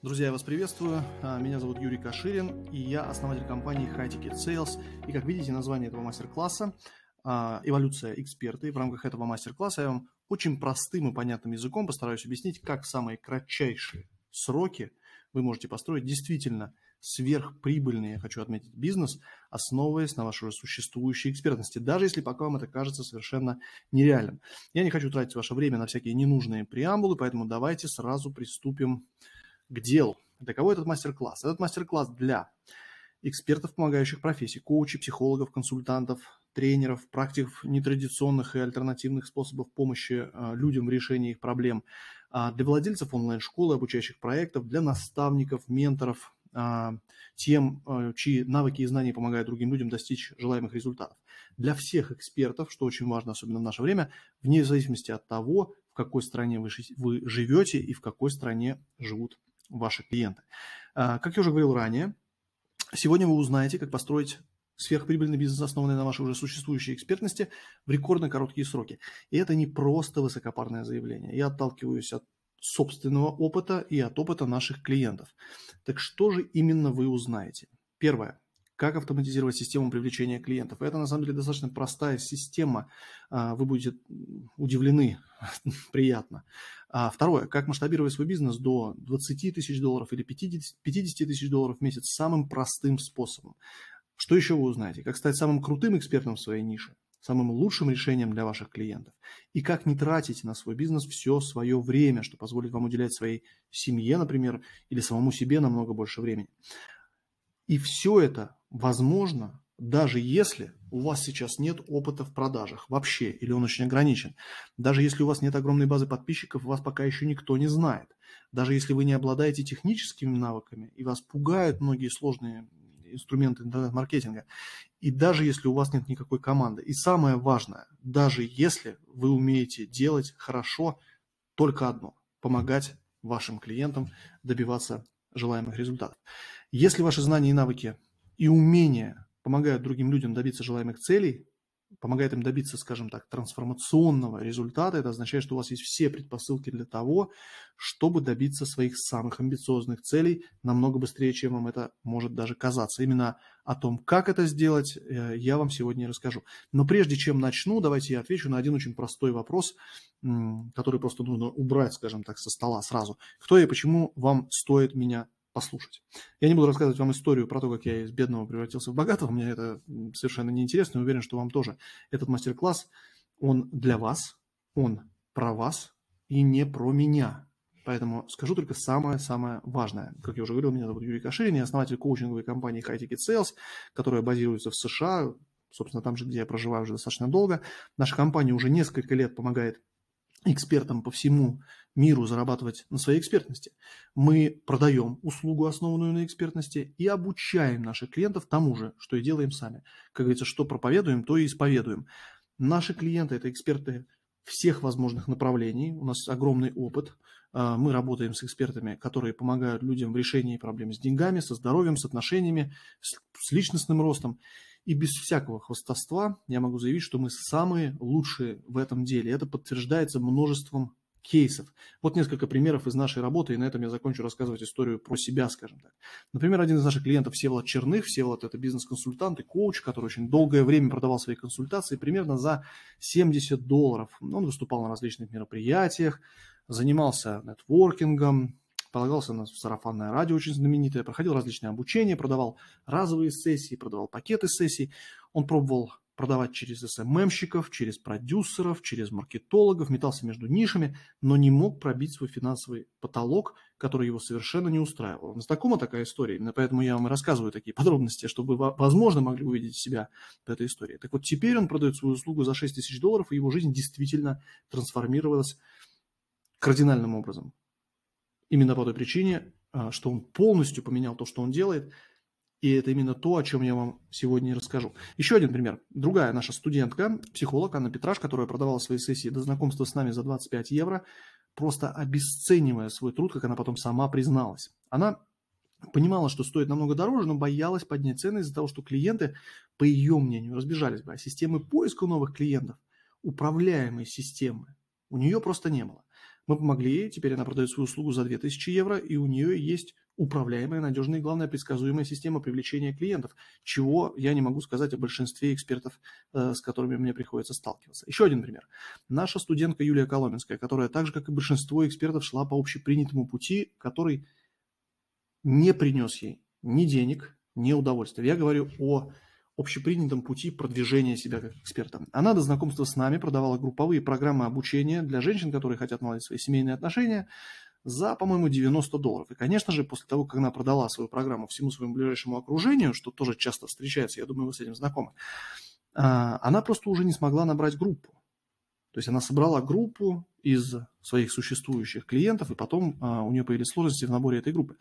Друзья, я вас приветствую. Меня зовут Юрий Каширин, и я основатель компании High Ticket Sales. И, как видите, название этого мастер-класса «Эволюция эксперта». И в рамках этого мастер-класса я вам очень простым и понятным языком постараюсь объяснить, как в самые кратчайшие сроки вы можете построить действительно сверхприбыльный, я хочу отметить, бизнес, основываясь на вашей уже существующей экспертности, даже если пока вам это кажется совершенно нереальным. Я не хочу тратить ваше время на всякие ненужные преамбулы, поэтому давайте сразу приступим к делу. Для кого этот мастер-класс? Этот мастер-класс для экспертов помогающих профессий, коучей, психологов, консультантов, тренеров, практиков нетрадиционных и альтернативных способов помощи людям в решении их проблем, для владельцев онлайн-школы, обучающих проектов, для наставников, менторов, тем, чьи навыки и знания помогают другим людям достичь желаемых результатов. Для всех экспертов, что очень важно, особенно в наше время, вне зависимости от того, в какой стране вы живете и в какой стране живут ваши клиенты. Как я уже говорил ранее, сегодня вы узнаете, как построить сверхприбыльный бизнес, основанный на вашей уже существующей экспертности, в рекордно короткие сроки. И это не просто высокопарное заявление. Я отталкиваюсь от собственного опыта и от опыта наших клиентов. Так что же именно вы узнаете? Первое. Как автоматизировать систему привлечения клиентов. Это на самом деле достаточно простая система. Вы будете удивлены, приятно. Второе. Как масштабировать свой бизнес до 20 тысяч долларов или 50 тысяч долларов в месяц самым простым способом. Что еще вы узнаете? Как стать самым крутым экспертом в своей нише, самым лучшим решением для ваших клиентов. И как не тратить на свой бизнес все свое время, что позволит вам уделять своей семье, например, или самому себе намного больше времени. И все это возможно, даже если у вас сейчас нет опыта в продажах вообще, или он очень ограничен. Даже если у вас нет огромной базы подписчиков, вас пока еще никто не знает. Даже если вы не обладаете техническими навыками, и вас пугают многие сложные инструменты интернет-маркетинга, и даже если у вас нет никакой команды. И самое важное, даже если вы умеете делать хорошо только одно – помогать вашим клиентам добиваться желаемых результатов. Если ваши знания и навыки и умения помогают другим людям добиться желаемых целей, помогает им добиться, скажем так, трансформационного результата, это означает, что у вас есть все предпосылки для того, чтобы добиться своих самых амбициозных целей намного быстрее, чем вам это может даже казаться. Именно о том, как это сделать, я вам сегодня расскажу. Но прежде чем начну, давайте я отвечу на один очень простой вопрос, который просто нужно убрать, скажем так, со стола сразу. Кто я и почему вам стоит меня послушать. Я не буду рассказывать вам историю про то, как я из бедного превратился в богатого. Мне это совершенно неинтересно. Я уверен, что вам тоже. Этот мастер-класс, он для вас, он про вас и не про меня. Поэтому скажу только самое-самое важное. Как я уже говорил, меня зовут Юрий Каширин, я основатель коучинговой компании High Ticket Sales, которая базируется в США, собственно, там же, где я проживаю уже достаточно долго. Наша компания уже несколько лет помогает экспертам по всему миру зарабатывать на своей экспертности. Мы продаем услугу, основанную на экспертности, и обучаем наших клиентов тому же, что и делаем сами. Как говорится, что проповедуем, то и исповедуем. Наши клиенты – это эксперты всех возможных направлений. У нас огромный опыт. Мы работаем с экспертами, которые помогают людям в решении проблем с деньгами, со здоровьем, с отношениями, с личностным ростом. И без всякого хвастовства я могу заявить, что мы самые лучшие в этом деле. Это подтверждается множеством кейсов. Вот несколько примеров из нашей работы, и на этом я закончу рассказывать историю про себя, скажем так. Например, один из наших клиентов Всеволод Черных. Всеволод – это бизнес-консультант и коуч, который очень долгое время продавал свои консультации примерно за $70. Он выступал на различных мероприятиях, занимался нетворкингом, полагался на сарафанное радио, очень знаменитое, проходил различные обучения, продавал разовые сессии, продавал пакеты сессий. Он пробовал продавать через СММщиков, через продюсеров, через маркетологов, метался между нишами, но не мог пробить свой финансовый потолок, который его совершенно не устраивал. Знакома такая история, именно поэтому я вам и рассказываю такие подробности, чтобы вы, возможно, могли увидеть себя в этой истории. Так вот, теперь он продает свою услугу за $6 тысяч, и его жизнь действительно трансформировалась кардинальным образом. Именно по той причине, что он полностью поменял то, что он делает, и это именно то, о чем я вам сегодня и расскажу. Еще один пример. Другая наша студентка, психолог Анна Петраш, которая продавала свои сессии до знакомства с нами за 25 евро, просто обесценивая свой труд, как она потом сама призналась. Она понимала, что стоит намного дороже, но боялась поднять цены из-за того, что клиенты, по ее мнению, разбежались бы. А системы поиска новых клиентов, управляемой системы, у нее просто не было. Мы помогли ей, теперь она продает свою услугу за 2000 евро, и у нее есть управляемая, надежная и, главное, предсказуемая система привлечения клиентов, чего я не могу сказать о большинстве экспертов, с которыми мне приходится сталкиваться. Еще один пример. Наша студентка Юлия Коломенская, которая так же, как и большинство экспертов, шла по общепринятому пути, который не принес ей ни денег, ни удовольствия. Я говорю о общепринятом пути продвижения себя как эксперта. Она до знакомства с нами продавала групповые программы обучения для женщин, которые хотят наладить свои семейные отношения, за, по-моему, $90. И, конечно же, после того, как она продала свою программу всему своему ближайшему окружению, что тоже часто встречается, я думаю, вы с этим знакомы, она просто уже не смогла набрать группу. То есть она собрала группу из своих существующих клиентов, и потом у нее появились сложности в наборе этой группы.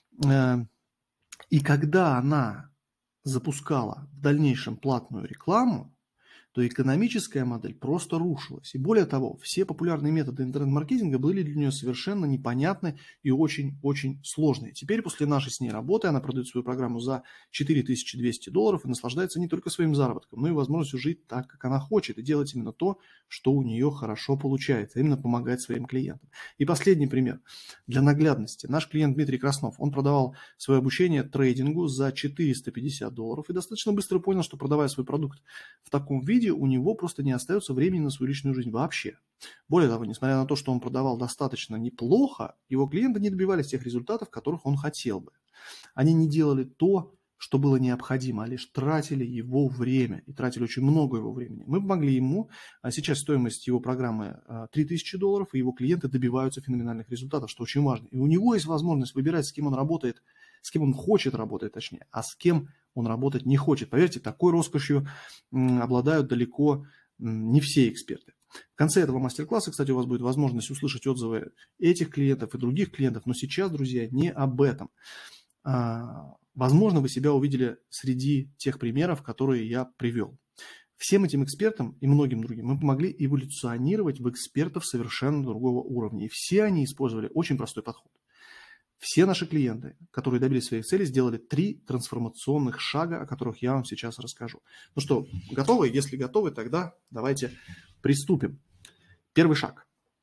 И когда она запускала в дальнейшем платную рекламу, то экономическая модель просто рушилась. И более того, все популярные методы интернет-маркетинга были для нее совершенно непонятны и очень-очень сложные. Теперь после нашей с ней работы она продает свою программу за $4200 и наслаждается не только своим заработком, но и возможностью жить так, как она хочет, и делать именно то, что у нее хорошо получается, а именно помогать своим клиентам. И последний пример. Для наглядности. Наш клиент Дмитрий Краснов, он продавал свое обучение трейдингу за $450 и достаточно быстро понял, что продавая свой продукт в таком виде, у него просто не остается времени на свою личную жизнь вообще. Более того, несмотря на то, что он продавал достаточно неплохо, его клиенты не добивались тех результатов, которых он хотел бы. Они не делали то, что было необходимо, а лишь тратили его время, и тратили очень много его времени. Мы помогли ему, а сейчас стоимость его программы $3000, и его клиенты добиваются феноменальных результатов, что очень важно. И у него есть возможность выбирать, с кем он работает, с кем он хочет работать, точнее, а с кем он работать не хочет. Поверьте, такой роскошью обладают далеко не все эксперты. В конце этого мастер-класса, кстати, у вас будет возможность услышать отзывы этих клиентов и других клиентов, но сейчас, друзья, не об этом. Возможно, вы себя увидели среди тех примеров, которые я привел. Всем этим экспертам и многим другим мы помогли эволюционировать в экспертов совершенно другого уровня. И все они использовали очень простой подход. Все наши клиенты, которые добились своих целей, сделали 3 трансформационных шага, о которых я вам сейчас расскажу. Ну что, готовы? Если готовы, тогда давайте приступим. Первый шаг.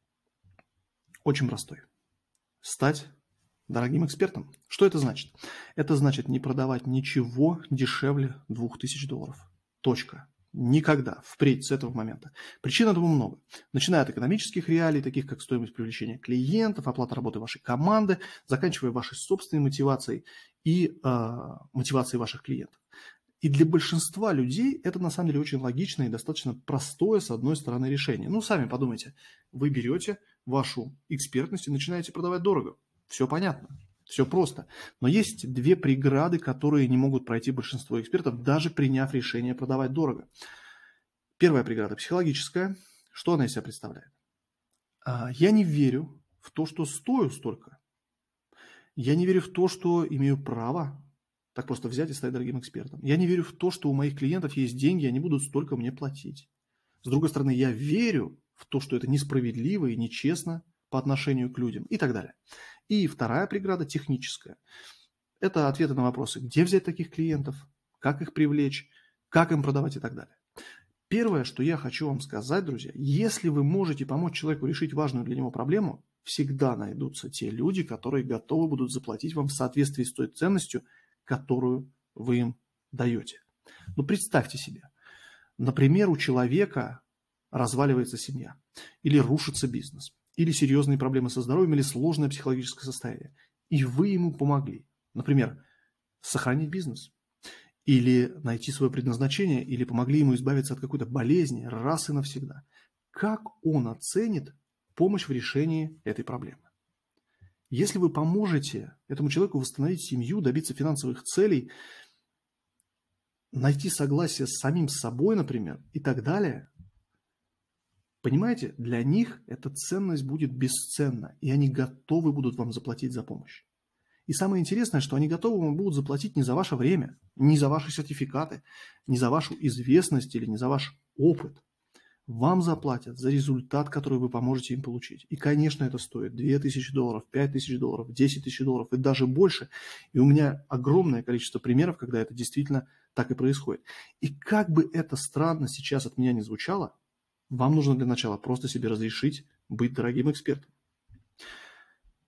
Очень простой. Стать дорогим экспертом. Что это значит? Это значит не продавать ничего дешевле $2000. Точка. Никогда, впредь с этого момента. Причин этому много. Начиная от экономических реалий, таких как стоимость привлечения клиентов, оплата работы вашей команды, заканчивая вашей собственной мотивацией и мотивацией ваших клиентов. И для большинства людей это на самом деле очень логичное и достаточно простое, с одной стороны, решение. Ну, сами подумайте. Вы берете вашу экспертность и начинаете продавать дорого. Все понятно. Все просто. Но есть 2 преграды, которые не могут пройти большинство экспертов, даже приняв решение продавать дорого. Первая преграда психологическая. Что она из себя представляет? Я не верю в то, что стою столько. Я не верю в то, что имею право так просто взять и стать дорогим экспертом. Я не верю в то, что у моих клиентов есть деньги, и они будут столько мне платить. С другой стороны, я верю в то, что это несправедливо и нечестно по отношению к людям и так далее. И вторая преграда техническая. Это ответы на вопросы, где взять таких клиентов, как их привлечь, как им продавать и так далее. Первое, что я хочу вам сказать, друзья, если вы можете помочь человеку решить важную для него проблему, всегда найдутся те люди, которые готовы будут заплатить вам в соответствии с той ценностью, которую вы им даете. Ну, представьте себе, например, у человека разваливается семья, или рушится бизнес, или серьезные проблемы со здоровьем, или сложное психологическое состояние. И вы ему помогли. Например, сохранить бизнес, или найти свое предназначение, или помогли ему избавиться от какой-то болезни раз и навсегда. Как он оценит помощь в решении этой проблемы? Если вы поможете этому человеку восстановить семью, добиться финансовых целей, найти согласие с самим собой, например, и так далее, понимаете, для них эта ценность будет бесценна, и они готовы будут вам заплатить за помощь. И самое интересное, что они готовы вам будут заплатить не за ваше время, не за ваши сертификаты, не за вашу известность или не за ваш опыт. Вам заплатят за результат, который вы поможете им получить. И, конечно, это стоит $2000, $5000, $10 000 и даже больше. И у меня огромное количество примеров, когда это действительно так и происходит. И как бы это странно сейчас от меня не звучало, вам нужно для начала просто себе разрешить быть дорогим экспертом.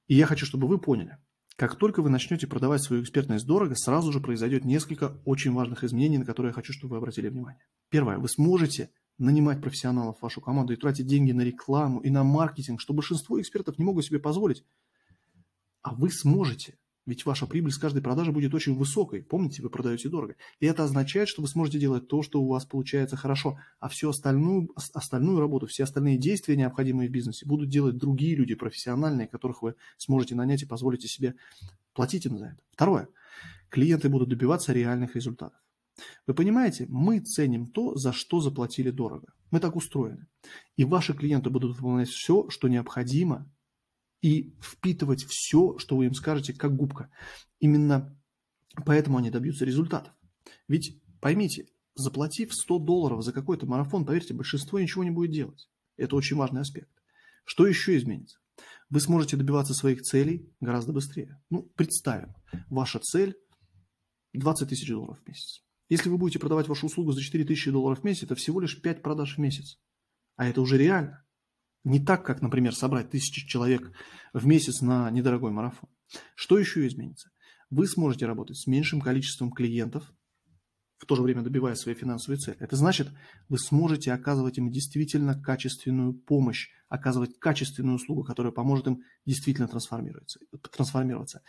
И я хочу, чтобы вы поняли, как только вы начнете продавать свою экспертность дорого, сразу же произойдет несколько очень важных изменений, на которые я хочу, чтобы вы обратили внимание. Первое. Вы сможете нанимать профессионалов в вашу команду и тратить деньги на рекламу и на маркетинг, что большинство экспертов не могут себе позволить. А вы сможете, ведь ваша прибыль с каждой продажи будет очень высокой. Помните, вы продаете дорого. И это означает, что вы сможете делать то, что у вас получается хорошо, а всю остальную работу, все остальные действия, необходимые в бизнесе, будут делать другие люди, профессиональные, которых вы сможете нанять и позволите себе платить им за это. Второе. Клиенты будут добиваться реальных результатов. Вы понимаете, мы ценим то, за что заплатили дорого. Мы так устроены. И ваши клиенты будут выполнять все, что необходимо, и впитывать все, что вы им скажете, как губка. Именно поэтому они добьются результатов. Ведь поймите, заплатив $100 за какой-то марафон, поверьте, большинство ничего не будет делать. Это очень важный аспект. Что еще изменится? Вы сможете добиваться своих целей гораздо быстрее. Представим, ваша цель $20 000 в месяц. Если вы будете продавать вашу услугу за $4 000 в месяц, это всего лишь 5 продаж в месяц. А это уже реально. Не так, как, например, собрать 1000 человек в месяц на недорогой марафон. Что еще изменится? Вы сможете работать с меньшим количеством клиентов, в то же время добивая свои финансовые цели. Это значит, вы сможете оказывать им действительно качественную помощь, оказывать качественную услугу, которая поможет им действительно трансформироваться.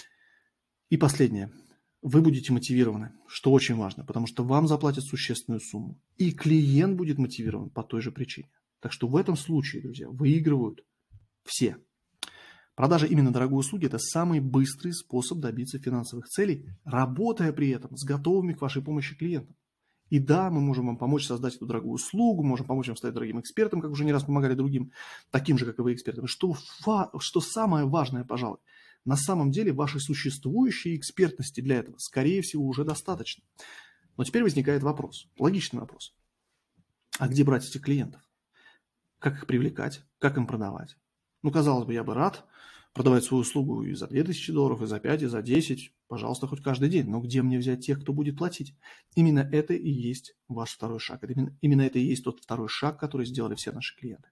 И последнее. Вы будете мотивированы, что очень важно, потому что вам заплатят существенную сумму. И клиент будет мотивирован по той же причине. Так что в этом случае, друзья, выигрывают все. Продажа именно дорогой услуги – это самый быстрый способ добиться финансовых целей, работая при этом с готовыми к вашей помощи клиентам. И да, мы можем вам помочь создать эту дорогую услугу, можем помочь вам стать дорогим экспертом, как уже не раз помогали другим, таким же, как и вы, экспертам. Что самое важное, пожалуй, на самом деле вашей существующей экспертности для этого, скорее всего, уже достаточно. Но теперь возникает вопрос, логичный вопрос. А где брать этих клиентов? Как их привлекать? Как им продавать? Казалось бы, я бы рад продавать свою услугу и за $2000, и за 5, и за 10, пожалуйста, хоть каждый день. Но где мне взять тех, кто будет платить? Именно это и есть ваш второй шаг. Именно это и есть тот второй шаг, который сделали все наши клиенты.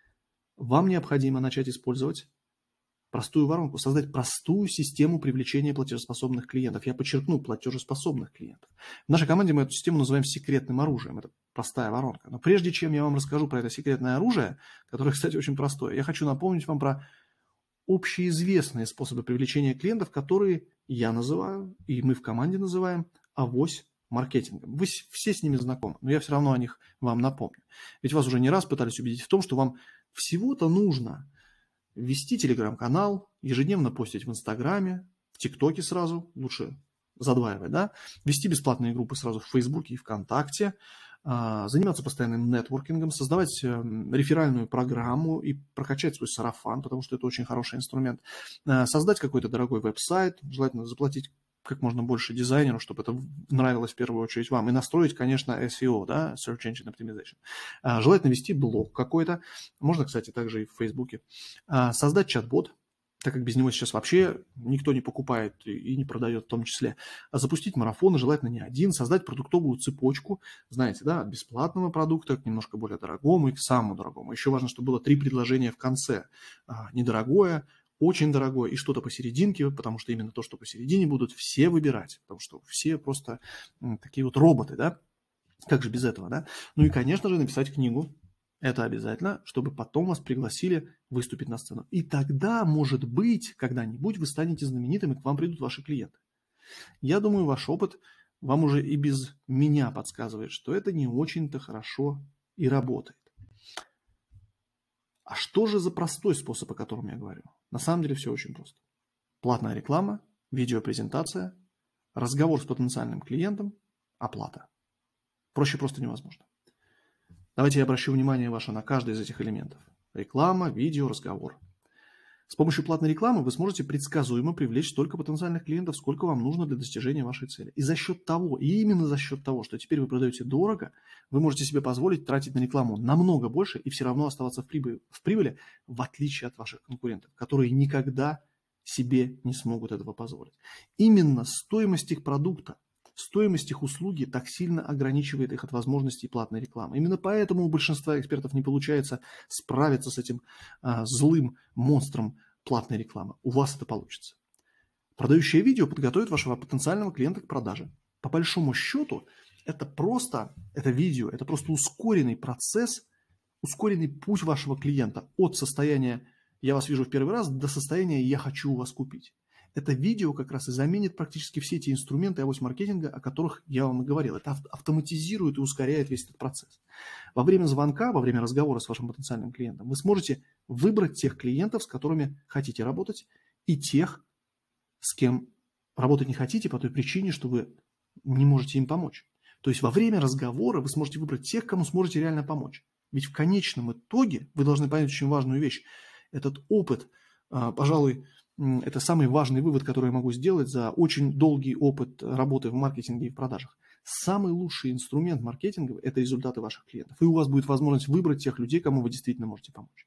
Вам необходимо начать использовать простую воронку, создать простую систему привлечения платежеспособных клиентов. Я подчеркну, платежеспособных клиентов. В нашей команде мы эту систему называем секретным оружием. Это простая воронка. Но прежде чем я вам расскажу про это секретное оружие, которое, кстати, очень простое, я хочу напомнить вам про общеизвестные способы привлечения клиентов, которые я называю, и мы в команде называем авось маркетингом. Вы все с ними знакомы, но я все равно о них вам напомню. Ведь вас уже не раз пытались убедить в том, что вам всего-то нужно вести телеграм-канал, ежедневно постить в Инстаграме, в ТикТоке сразу, лучше задваивать, да, вести бесплатные группы сразу в Фейсбуке и ВКонтакте, заниматься постоянным нетворкингом, создавать реферальную программу и прокачать свой сарафан, потому что это очень хороший инструмент, создать какой-то дорогой веб-сайт, желательно заплатить как можно больше дизайнеру, чтобы это нравилось в первую очередь вам. И настроить, конечно, SEO, да, Search Engine Optimization. Желательно вести блог какой-то. Можно, кстати, также и в Фейсбуке. Создать чат-бот, так как без него сейчас вообще никто не покупает и не продает в том числе. Запустить марафоны, желательно не один. Создать продуктовую цепочку, знаете, да, от бесплатного продукта к немножко более дорогому и к самому дорогому. Еще важно, чтобы было 3 предложения в конце. Недорогое, очень дорогое и что-то посерединке, потому что именно то, что посередине, будут все выбирать, потому что все просто такие вот роботы, да, как же без этого, да. И, конечно же, написать книгу, это обязательно, чтобы потом вас пригласили выступить на сцену. И тогда, может быть, когда-нибудь вы станете знаменитым, и к вам придут ваши клиенты. Я думаю, ваш опыт вам уже и без меня подсказывает, что это не очень-то хорошо и работает. А что же за простой способ, о котором я говорю? На самом деле все очень просто. Платная реклама, видеопрезентация, разговор с потенциальным клиентом, оплата. Проще просто невозможно. Давайте я обращу внимание ваше на каждый из этих элементов. Реклама, видео, разговор. С помощью платной рекламы вы сможете предсказуемо привлечь столько потенциальных клиентов, сколько вам нужно для достижения вашей цели. И за счет того, и именно за счет того, что теперь вы продаете дорого, вы можете себе позволить тратить на рекламу намного больше и все равно оставаться в прибыли, в отличие от ваших конкурентов, которые никогда себе не смогут этого позволить. Именно стоимость их продукта, стоимость их услуги так сильно ограничивает их от возможностей платной рекламы. Именно поэтому у большинства экспертов не получается справиться с этим злым монстром платная реклама, у вас это получится. Продающее видео подготовит вашего потенциального клиента к продаже. По большому счету, это видео, это просто ускоренный процесс, ускоренный путь вашего клиента от состояния «я вас вижу в первый раз» до состояния «я хочу у вас купить». Это видео как раз и заменит практически все те инструменты авось-маркетинга, о которых я вам и говорил. Это автоматизирует и ускоряет весь этот процесс. Во время звонка, во время разговора с вашим потенциальным клиентом вы сможете выбрать тех клиентов, с которыми хотите работать, и тех, с кем работать не хотите по той причине, что вы не можете им помочь. То есть во время разговора вы сможете выбрать тех, кому сможете реально помочь. Ведь в конечном итоге вы должны понять очень важную вещь. Этот опыт, пожалуй, это самый важный вывод, который я могу сделать за очень долгий опыт работы в маркетинге и в продажах. Самый лучший инструмент маркетинга – это результаты ваших клиентов. И у вас будет возможность выбрать тех людей, кому вы действительно можете помочь.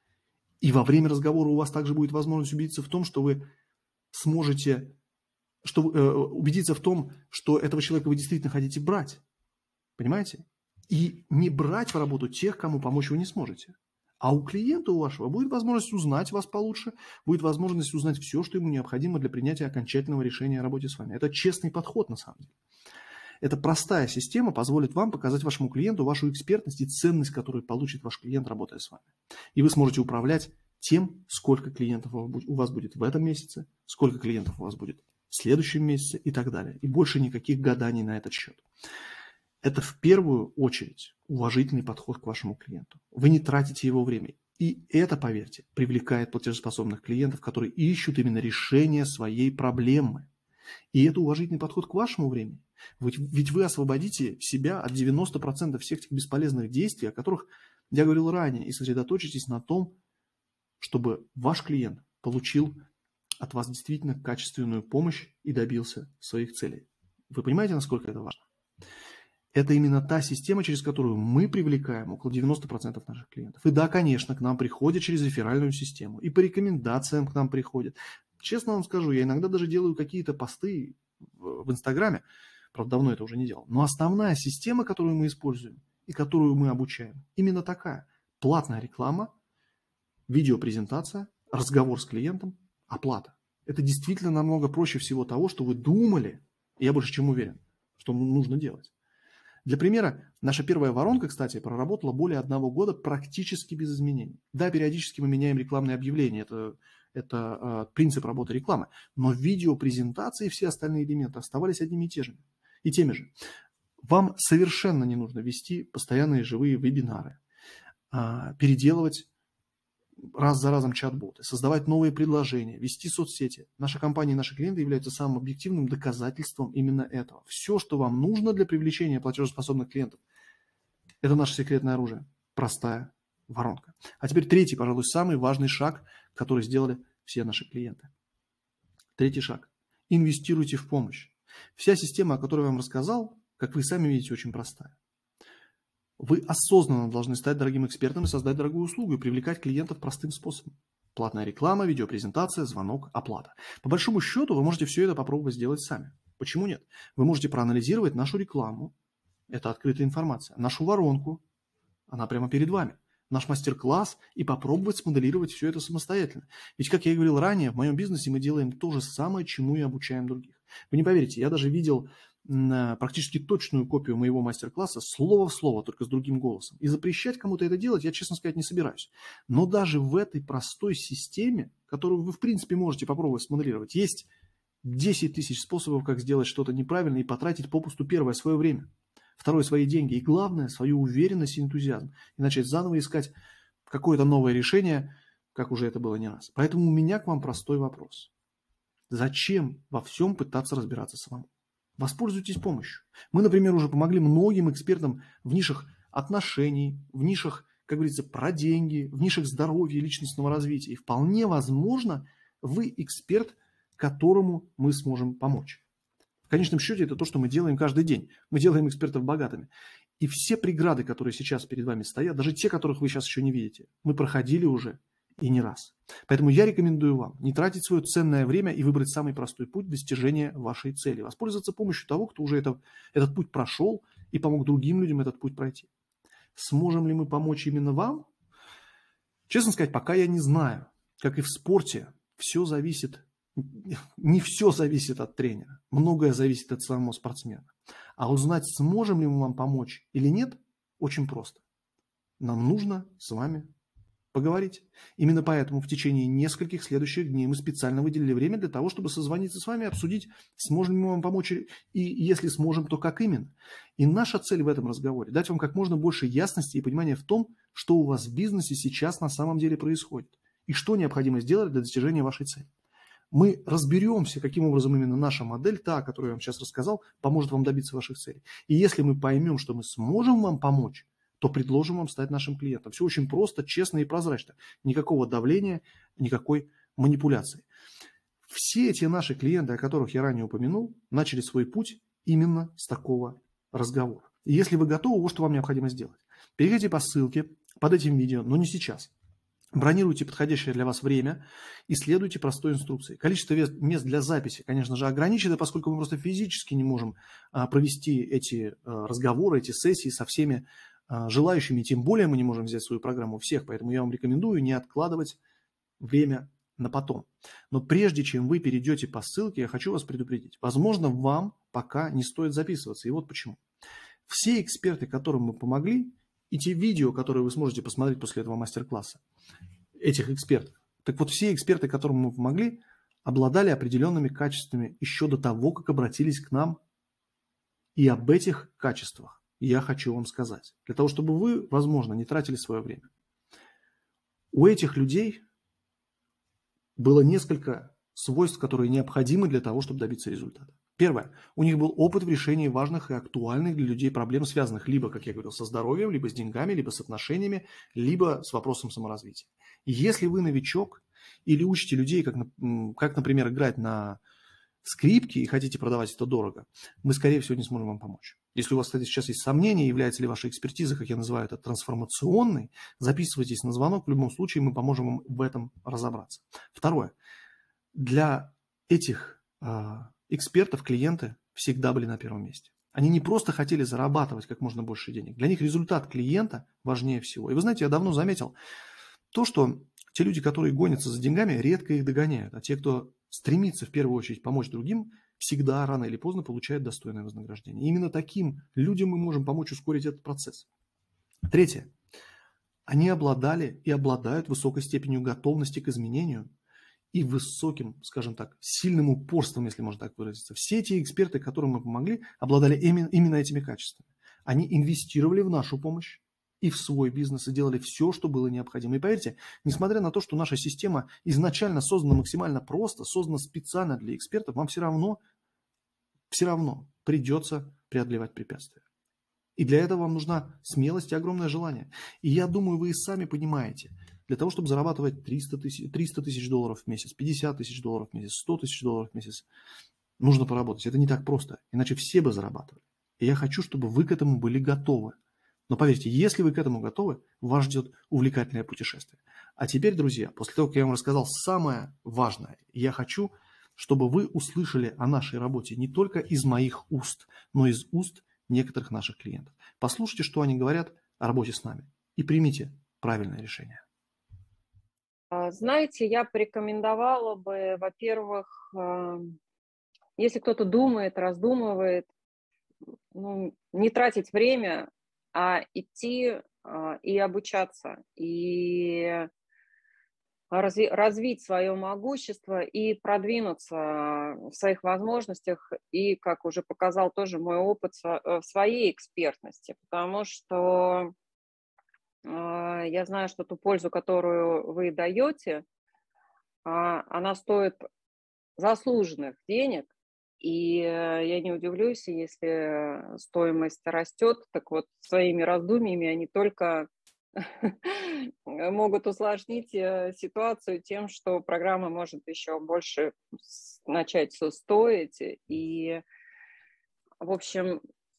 И во время разговора у вас также будет возможность убедиться в том, что вы сможете убедиться в том, что этого человека вы действительно хотите брать. Понимаете? И не брать в работу тех, кому помочь вы не сможете. А у клиента у вашего будет возможность узнать вас получше, будет возможность узнать все, что ему необходимо для принятия окончательного решения о работе с вами. Это честный подход на самом деле. Эта простая система позволит вам показать вашему клиенту вашу экспертность и ценность, которую получит ваш клиент, работая с вами. И вы сможете управлять тем, сколько клиентов у вас будет в этом месяце, сколько клиентов у вас будет в следующем месяце и так далее. И больше никаких гаданий на этот счет. Это в первую очередь уважительный подход к вашему клиенту. Вы не тратите его время. И это, поверьте, привлекает платежеспособных клиентов, которые ищут именно решение своей проблемы. И это уважительный подход к вашему времени. Ведь вы освободите себя от 90% всех этих бесполезных действий, о которых я говорил ранее, и сосредоточитесь на том, чтобы ваш клиент получил от вас действительно качественную помощь и добился своих целей. Вы понимаете, насколько это важно? Это именно та система, через которую мы привлекаем около 90% наших клиентов. И да, конечно, к нам приходят через реферальную систему. И по рекомендациям к нам приходят. Честно вам скажу, я иногда даже делаю какие-то посты в Инстаграме. Правда, давно это уже не делал. Но основная система, которую мы используем и которую мы обучаем, именно такая. Платная реклама, видеопрезентация, разговор с клиентом, оплата. Это действительно намного проще всего того, что вы думали, и я больше чем уверен, что нужно делать. Для примера, наша первая воронка, кстати, проработала более 1 года практически без изменений. Да, периодически мы меняем рекламные объявления, это принцип работы рекламы, но видеопрезентации и все остальные элементы оставались одними и теми же. Вам совершенно не нужно вести постоянные живые вебинары, переделывать раз за разом чат-боты, создавать новые предложения, вести соцсети. Наша компания и наши клиенты являются самым объективным доказательством именно этого. Все, что вам нужно для привлечения платежеспособных клиентов, это наше секретное оружие. Простая воронка. А теперь третий, пожалуй, самый важный шаг, который сделали все наши клиенты. Третий шаг. Инвестируйте в помощь. Вся система, о которой я вам рассказал, как вы сами видите, очень простая. Вы осознанно должны стать дорогим экспертом и создать дорогую услугу и привлекать клиентов простым способом. Платная реклама, видеопрезентация, звонок, оплата. По большому счету вы можете все это попробовать сделать сами. Почему нет? Вы можете проанализировать нашу рекламу, это открытая информация, нашу воронку, она прямо перед вами, наш мастер-класс и попробовать смоделировать все это самостоятельно. Ведь, как я и говорил ранее, в моем бизнесе мы делаем то же самое, чему и обучаем других. Вы не поверите, я даже видел практически точную копию моего мастер-класса слово в слово, только с другим голосом. И запрещать кому-то это делать я, честно сказать, не собираюсь. Но даже в этой простой системе, которую вы, в принципе, можете попробовать смоделировать, есть 10 тысяч способов, как сделать что-то неправильно и потратить попусту первое свое время, второе свои деньги и, главное, свою уверенность и энтузиазм. И начать заново искать какое-то новое решение, как уже это было не раз. Поэтому у меня к вам простой вопрос. Зачем во всем пытаться разбираться самому? Воспользуйтесь помощью. Мы, например, уже помогли многим экспертам в нишах отношений, в нишах, как говорится, про деньги, в нишах здоровья и личностного развития. И вполне возможно, вы эксперт, которому мы сможем помочь. В конечном счете, это то, что мы делаем каждый день. Мы делаем экспертов богатыми. И все преграды, которые сейчас перед вами стоят, даже те, которых вы сейчас еще не видите, мы проходили уже и не раз. Поэтому я рекомендую вам не тратить свое ценное время и выбрать самый простой путь достижения вашей цели. Воспользоваться помощью того, кто уже этот путь прошел и помог другим людям этот путь пройти. Сможем ли мы помочь именно вам? Честно сказать, пока я не знаю. как и в спорте, не все зависит от тренера. Многое зависит от самого спортсмена. А узнать, сможем ли мы вам помочь или нет, очень просто. Нам нужно с вами поговорить. Именно поэтому в течение нескольких следующих дней мы специально выделили время для того, чтобы созвониться с вами, обсудить, сможем ли мы вам помочь, и если сможем, то как именно. И наша цель в этом разговоре – дать вам как можно больше ясности и понимания в том, что у вас в бизнесе сейчас на самом деле происходит, и что необходимо сделать для достижения вашей цели. Мы разберемся, каким образом именно наша модель, та, о которой я вам сейчас рассказал, поможет вам добиться ваших целей. И если мы поймем, что мы сможем вам помочь, то предложим вам стать нашим клиентом. Все очень просто, честно и прозрачно. Никакого давления, никакой манипуляции. Все эти наши клиенты, о которых я ранее упомянул, начали свой путь именно с такого разговора. И если вы готовы, вот что вам необходимо сделать. Перейдите по ссылке под этим видео, но не сейчас. Бронируйте подходящее для вас время и следуйте простой инструкции. Количество мест для записи, конечно же, ограничено, поскольку мы просто физически не можем провести эти разговоры, эти сессии со всеми желающими, тем более мы не можем взять свою программу у всех, поэтому я вам рекомендую не откладывать время на потом. Но прежде чем вы перейдете по ссылке, я хочу вас предупредить. Возможно, вам пока не стоит записываться, и вот почему. Все эксперты, которым мы помогли, и те видео, которые вы сможете посмотреть после этого мастер-класса, этих экспертов, так вот все эксперты, которым мы помогли, обладали определенными качествами еще до того, как обратились к нам, и об этих качествах я хочу вам сказать, для того, чтобы вы, возможно, не тратили свое время. У этих людей было несколько свойств, которые необходимы для того, чтобы добиться результата. Первое. У них был опыт в решении важных и актуальных для людей проблем, связанных либо, как я говорил, со здоровьем, либо с деньгами, либо с отношениями, либо с вопросом саморазвития. Если вы новичок или учите людей, как, например, играть на скрипке и хотите продавать это дорого, мы, скорее всего, не сможем вам помочь. Если у вас, кстати, сейчас есть сомнения, является ли ваша экспертиза, как я называю это, трансформационной, записывайтесь на звонок. В любом случае мы поможем вам в этом разобраться. Второе. Для этих экспертов клиенты всегда были на первом месте. Они не просто хотели зарабатывать как можно больше денег. Для них результат клиента важнее всего. И вы знаете, я давно заметил то, что те люди, которые гонятся за деньгами, редко их догоняют. А те, кто стремится в первую очередь помочь другим, всегда рано или поздно получают достойное вознаграждение. И именно таким людям мы можем помочь ускорить этот процесс. Третье. Они обладали и обладают высокой степенью готовности к изменению и высоким, скажем так, сильным упорством, если можно так выразиться. Все эти эксперты, которым мы помогли, обладали именно этими качествами. Они инвестировали в нашу помощь и в свой бизнес, и делали все, что было необходимо. И поверьте, несмотря на то, что наша система изначально создана максимально просто, создана специально для экспертов, вам все равно придется преодолевать препятствия. И для этого вам нужна смелость и огромное желание. И я думаю, вы и сами понимаете, для того, чтобы зарабатывать 300 тысяч долларов в месяц, 50 тысяч долларов в месяц, 100 тысяч долларов в месяц, нужно поработать. Это не так просто, иначе все бы зарабатывали. И я хочу, чтобы вы к этому были готовы. Но поверьте, если вы к этому готовы, вас ждет увлекательное путешествие. А теперь, друзья, после того, как я вам рассказал самое важное, я хочу, чтобы вы услышали о нашей работе не только из моих уст, но и из уст некоторых наших клиентов. Послушайте, что они говорят о работе с нами, и примите правильное решение. Знаете, я порекомендовала бы, во-первых, если кто-то думает, раздумывает, не тратить время, а идти и обучаться, и развить свое могущество и продвинуться в своих возможностях, и, как уже показал тоже мой опыт, в своей экспертности, потому что я знаю, что ту пользу, которую вы даете, она стоит заслуженных денег, и я не удивлюсь, если стоимость растет, так вот своими раздумьями они только могут усложнить ситуацию тем, что программа может еще больше начать стоить. И, в общем,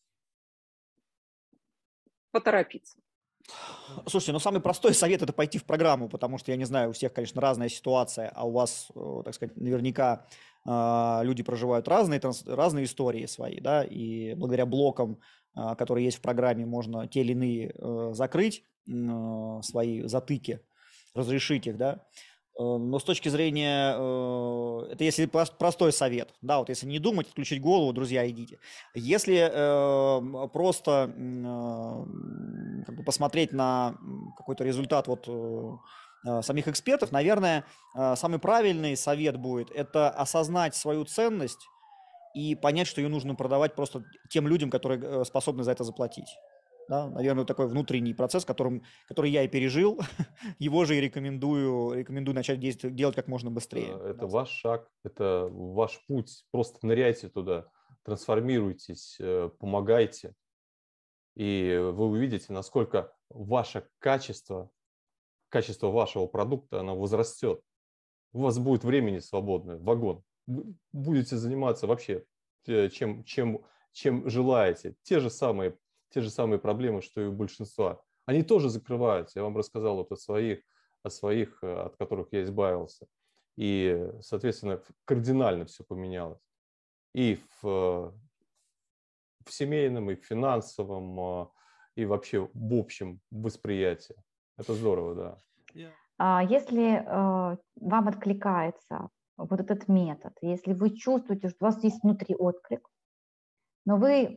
поторопиться. Слушайте, самый простой совет – это пойти в программу, потому что, я не знаю, у всех, конечно, разная ситуация, а у вас, так сказать, наверняка люди проживают разные истории свои, да, и благодаря блокам, которые есть в программе, можно те или иные закрыть, свои затыки, разрешить их, да. Но с точки зрения, это если простой совет, да, вот если не думать, включить голову, друзья, идите. Если просто как бы посмотреть на какой-то результат вот самих экспертов, наверное, самый правильный совет будет это осознать свою ценность и понять, что ее нужно продавать просто тем людям, которые способны за это заплатить. Да? Наверное, такой внутренний процесс, который я и пережил, его же и рекомендую начать делать как можно быстрее. Это ваш шаг, это ваш путь. Просто ныряйте туда, трансформируйтесь, помогайте. И вы увидите, насколько ваше качество вашего продукта, оно возрастет. У вас будет времени свободное, вагон. Вы будете заниматься вообще чем желаете. Те же самые проблемы, что и у большинства. Они тоже закрываются. Я вам рассказал вот от которых я избавился. И, соответственно, кардинально все поменялось. И в семейном, и в финансовом, и вообще в общем восприятии. Это здорово, да. Если вам откликается вот этот метод, если вы чувствуете, что у вас есть внутри отклик, но вы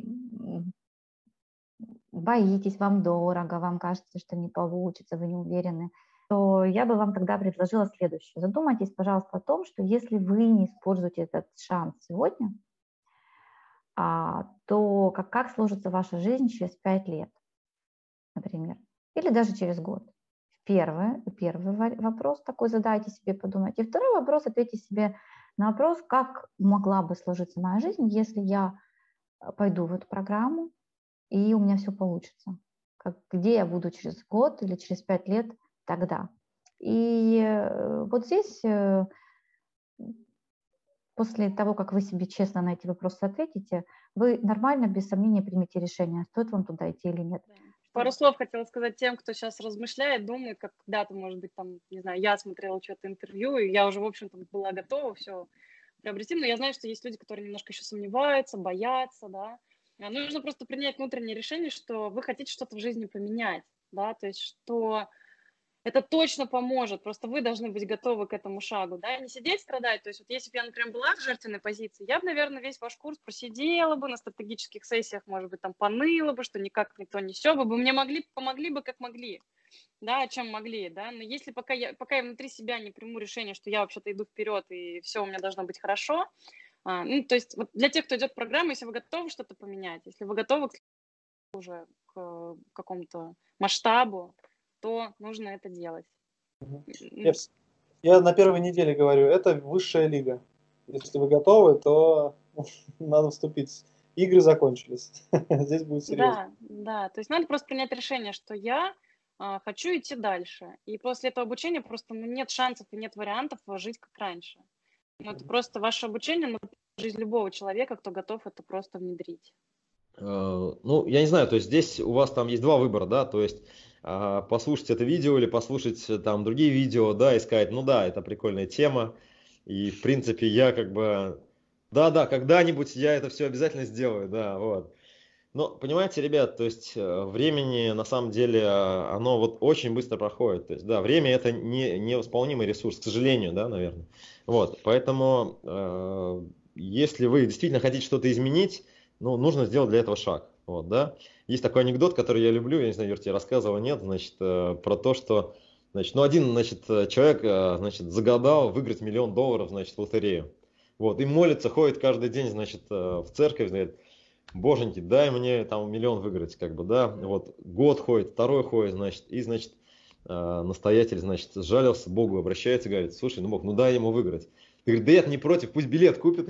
боитесь, вам дорого, вам кажется, что не получится, вы не уверены, то я бы вам тогда предложила следующее. Задумайтесь, пожалуйста, о том, что если вы не используете этот шанс сегодня, то как сложится ваша жизнь через 5 лет, например, или даже через год. Первый вопрос такой задайте себе, подумайте. И второй вопрос, ответьте себе на вопрос, как могла бы сложиться моя жизнь, если я пойду в эту программу, и у меня все получится. Где я буду через год или через 5 лет тогда. И вот здесь, после того, как вы себе честно на эти вопросы ответите, вы нормально, без сомнения примете решение, стоит вам туда идти или нет. Пару слов хотела сказать тем, кто сейчас размышляет, думает, как когда-то, может быть, там, не знаю, я смотрела что-то интервью, и я уже, в общем-то, была готова все приобрести, но я знаю, что есть люди, которые немножко еще сомневаются, боятся, да. Нужно просто принять внутреннее решение, что вы хотите что-то в жизни поменять, да, то есть что это точно поможет, просто вы должны быть готовы к этому шагу, да, не сидеть страдать, то есть вот если бы я, например, была в жертвенной позиции, я бы, наверное, весь ваш курс просидела бы на стратегических сессиях, может быть, там поныла бы, что никак никто не все бы, мне помогли бы как могли, да, чем могли, да, но если пока я внутри себя не приму решение, что я вообще-то иду вперед и все у меня должно быть хорошо, то есть вот для тех, кто идет в программу, если вы готовы что-то поменять, если вы готовы уже к какому-то масштабу, то нужно это делать. Я на первой неделе говорю, это высшая лига. Если вы готовы, то надо вступить. Игры закончились. Здесь будет серьезно. Да, то есть надо просто принять решение, что я хочу идти дальше. И после этого обучения просто нет шансов и нет вариантов жить как раньше. Это просто ваше обучение, но жизнь любого человека, кто готов это просто внедрить. Ну, я не знаю, то есть здесь у вас там есть два выбора, да, то есть послушать это видео или послушать там другие видео, да, и сказать, ну да, это прикольная тема, и в принципе я как бы, да, когда-нибудь я это все обязательно сделаю, да, вот. Но, понимаете, ребят, то есть времени на самом деле, оно вот очень быстро проходит, то есть, да, время это невосполнимый ресурс, к сожалению, да, наверное, вот, поэтому если вы действительно хотите что-то изменить, ну, нужно сделать для этого шаг. Вот, да. Есть такой анекдот, который я люблю, я не знаю, Юр, тебе рассказывал, нет, значит, про то, что, значит, ну, один, значит, человек, значит, загадал выиграть $1 миллион, значит, в лотерею. Вот, и молится, ходит каждый день, значит, в церковь, говорит, боженьки, дай мне там $1 миллион выиграть, как бы, да. Вот, год ходит, второй ходит, значит, и, значит, настоятель, значит, сжалился, Богу обращается, говорит, слушай, ну, Бог, ну, дай ему выиграть. Ты говоришь, да я не против, пусть билет купит.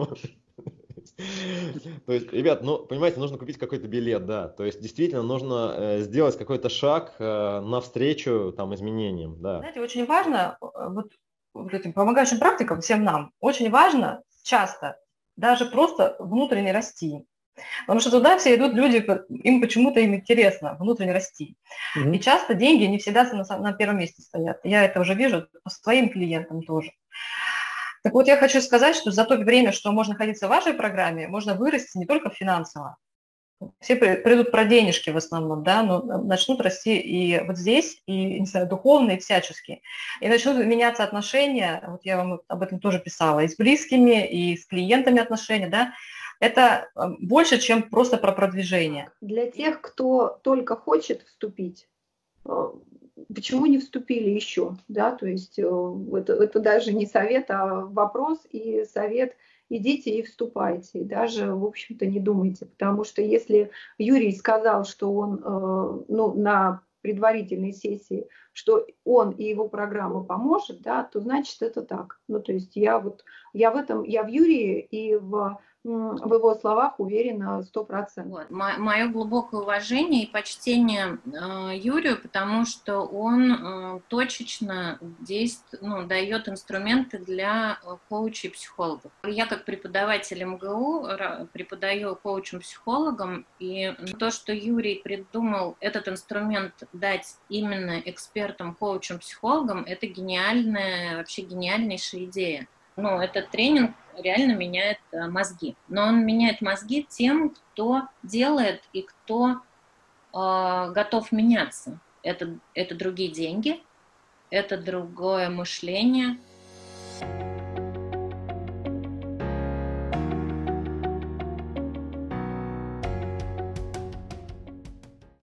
То есть, ребят, ну, понимаете, нужно купить какой-то билет, да. То есть, действительно, нужно сделать какой-то шаг навстречу там изменениям, да. Знаете, очень важно, вот этим помогающим практикам, всем нам, очень важно часто даже просто внутренне расти. Потому что туда все идут люди, им почему-то интересно внутренне расти. И часто деньги не всегда на первом месте стоят. Я это уже вижу по своим клиентам тоже. Так вот, я хочу сказать, что за то время, что можно находиться в вашей программе, можно вырасти не только финансово, все придут про денежки в основном, да, но начнут расти и вот здесь, и, не знаю, духовно, и всячески. И начнут меняться отношения, вот я вам об этом тоже писала, и с близкими, и с клиентами отношения, да. Это больше, чем просто про продвижение. Для тех, кто только хочет вступить, почему не вступили еще, да, то есть это даже не совет, а вопрос и совет: идите и вступайте, и даже, в общем-то, не думайте, потому что если Юрий сказал, что он, ну, на предварительной сессии, что он и его программа поможет, да, то значит это так. Ну, то есть я в Юрии и в его словах уверена 100%. Вот. Мое глубокое уважение и почтение Юрию, потому что он точечно дает инструменты для коучей и психологов. Я как преподаватель МГУ преподаю коучам-психологам, и то, что Юрий придумал этот инструмент дать именно экспертам, коучам, психологам, это вообще гениальнейшая идея. Этот тренинг реально меняет мозги. Но он меняет мозги тем, кто делает и кто готов меняться. Это другие деньги, это другое мышление.